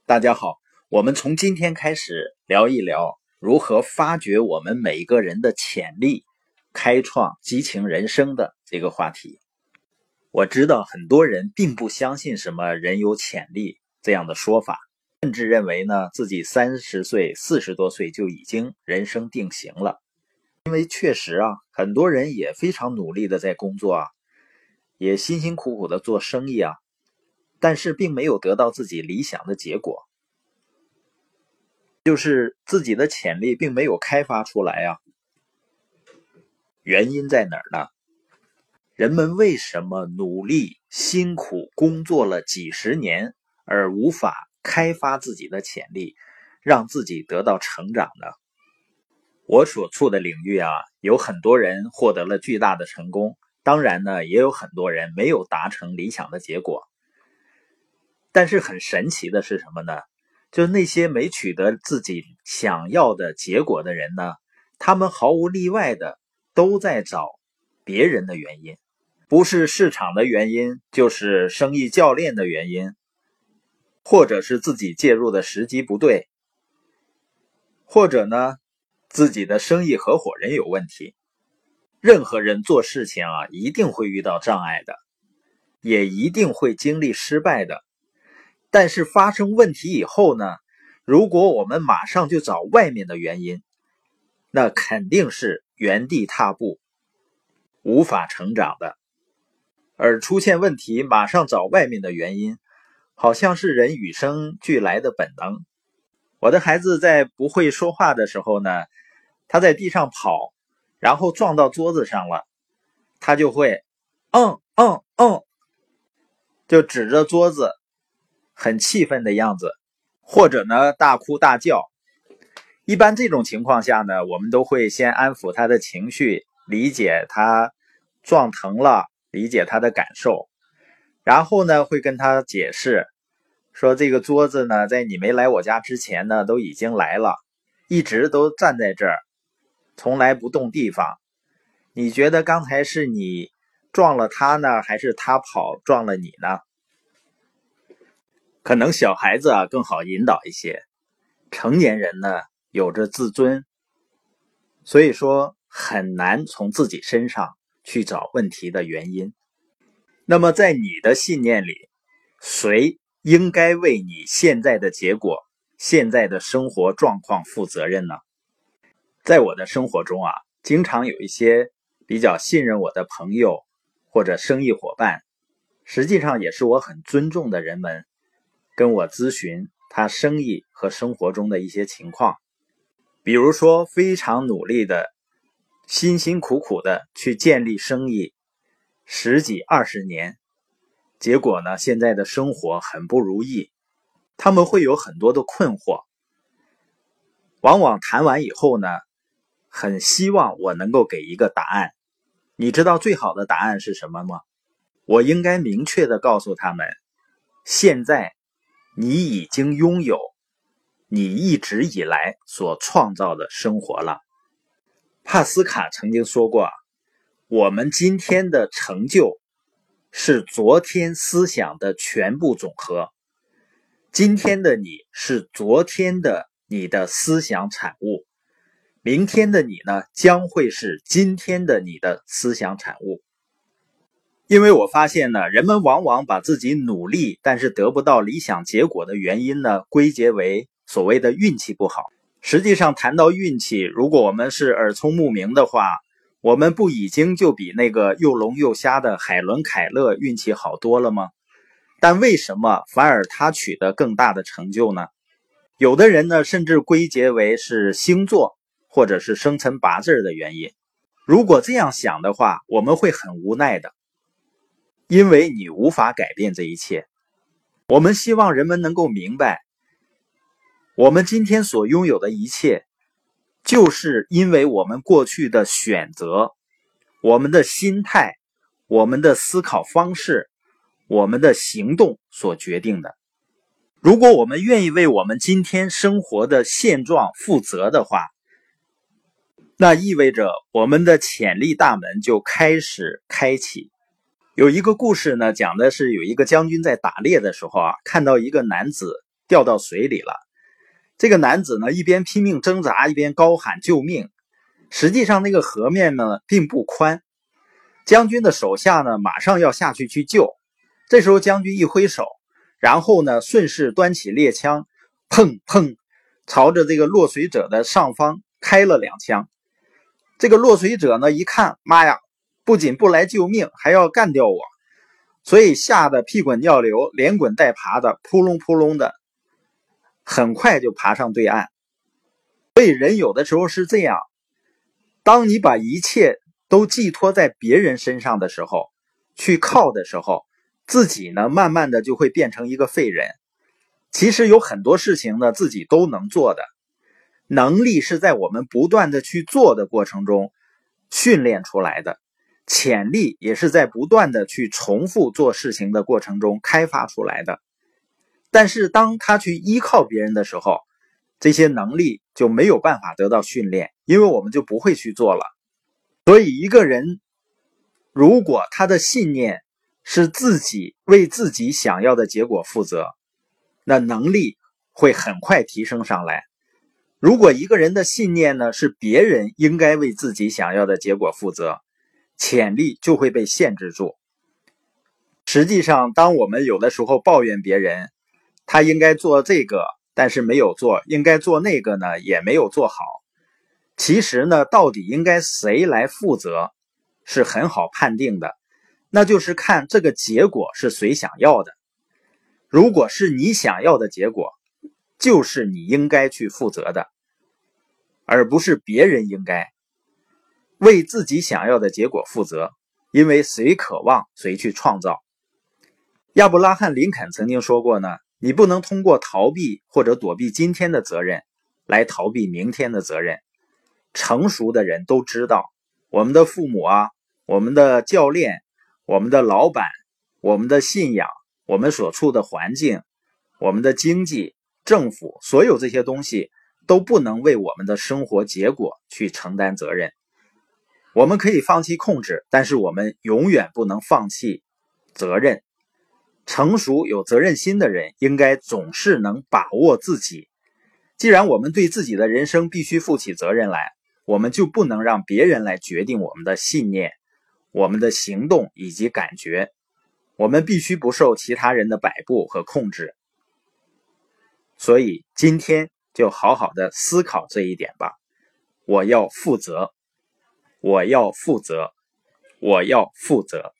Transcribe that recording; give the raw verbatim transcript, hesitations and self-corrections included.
大家好，我们从今天开始聊一聊如何发掘我们每个人的潜力，开创激情人生的这个话题。我知道很多人并不相信什么人有潜力这样的说法，甚至认为呢自己三十岁、四十多岁就已经人生定型了。因为确实啊，很多人也非常努力的在工作啊，也辛辛苦苦的做生意啊，但是并没有得到自己理想的结果，就是自己的潜力并没有开发出来啊。原因在哪儿呢？人们为什么努力辛苦工作了几十年而无法开发自己的潜力，让自己得到成长呢？我所处的领域啊，有很多人获得了巨大的成功，当然呢，也有很多人没有达成理想的结果。但是很神奇的是什么呢？就是那些没取得自己想要的结果的人呢，他们毫无例外的都在找别人的原因，不是市场的原因，就是生意教练的原因，或者是自己介入的时机不对，或者呢，自己的生意合伙人有问题。任何人做事情啊，一定会遇到障碍的，也一定会经历失败的。但是发生问题以后呢，如果我们马上就找外面的原因，那肯定是原地踏步，无法成长的。而出现问题马上找外面的原因，好像是人与生俱来的本能。我的孩子在不会说话的时候呢，他在地上跑，然后撞到桌子上了，他就会嗯嗯嗯，就指着桌子很气愤的样子，或者呢大哭大叫。一般这种情况下呢，我们都会先安抚他的情绪，理解他撞疼了，理解他的感受，然后呢会跟他解释说，这个桌子呢在你没来我家之前呢都已经来了，一直都站在这儿，从来不动地方。你觉得刚才是你撞了他呢，还是他跑撞了你呢？可能小孩子啊更好引导一些，成年人呢有着自尊，所以说很难从自己身上去找问题的原因。那么在你的信念里，谁应该为你现在的结果、现在的生活状况负责任呢？在我的生活中啊，经常有一些比较信任我的朋友或者生意伙伴，实际上也是我很尊重的人们，跟我咨询他生意和生活中的一些情况。比如说非常努力的辛辛苦苦的去建立生意十几二十年，结果呢现在的生活很不如意，他们会有很多的困惑，往往谈完以后呢，很希望我能够给一个答案。你知道最好的答案是什么吗？我应该明确的告诉他们，现在你已经拥有你一直以来所创造的生活了。帕斯卡曾经说过，我们今天的成就是昨天思想的全部总和。今天的你是昨天的你的思想产物，明天的你呢，将会是今天的你的思想产物。因为我发现呢，人们往往把自己努力但是得不到理想结果的原因呢，归结为所谓的运气不好。实际上谈到运气，如果我们是耳聪目明的话，我们不已经就比那个又聋又瞎的海伦凯勒运气好多了吗？但为什么反而他取得更大的成就呢？有的人呢，甚至归结为是星座或者是生辰八字的原因。如果这样想的话，我们会很无奈的，因为你无法改变这一切。我们希望人们能够明白，我们今天所拥有的一切，就是因为我们过去的选择、我们的心态、我们的思考方式、我们的行动所决定的。如果我们愿意为我们今天生活的现状负责的话，那意味着我们的潜力大门就开始开启。有一个故事呢，讲的是有一个将军在打猎的时候啊，看到一个男子掉到水里了。这个男子呢，一边拼命挣扎，一边高喊救命。实际上那个河面呢并不宽，将军的手下呢马上要下去去救。这时候将军一挥手，然后呢顺势端起猎枪，砰砰朝着这个落水者的上方开了两枪。这个落水者呢一看，妈呀，不仅不来救命，还要干掉我，所以吓得屁滚尿流，连滚带爬的，扑隆扑隆的，很快就爬上对岸。所以人有的时候是这样，当你把一切都寄托在别人身上的时候，去靠的时候，自己呢慢慢的就会变成一个废人。其实有很多事情呢自己都能做的，能力是在我们不断的去做的过程中训练出来的，潜力也是在不断的去重复做事情的过程中开发出来的。但是当他去依靠别人的时候，这些能力就没有办法得到训练，因为我们就不会去做了。所以一个人如果他的信念是自己为自己想要的结果负责，那能力会很快提升上来。如果一个人的信念呢是别人应该为自己想要的结果负责，潜力就会被限制住。实际上当我们有的时候抱怨别人，他应该做这个但是没有做，应该做那个呢也没有做好，其实呢到底应该谁来负责是很好判定的，那就是看这个结果是谁想要的。如果是你想要的结果，就是你应该去负责的，而不是别人应该为自己想要的结果负责，因为谁渴望谁去创造。亚伯拉罕林肯曾经说过呢，你不能通过逃避或者躲避今天的责任来逃避明天的责任。成熟的人都知道，我们的父母啊，我们的教练，我们的老板，我们的信仰，我们所处的环境，我们的经济，政府，所有这些东西都不能为我们的生活结果去承担责任。我们可以放弃控制，但是我们永远不能放弃责任。成熟有责任心的人应该总是能把握自己。既然我们对自己的人生必须负起责任来，我们就不能让别人来决定我们的信念、我们的行动以及感觉。我们必须不受其他人的摆布和控制。所以今天就好好的思考这一点吧。我要负责，我要负责，我要负责。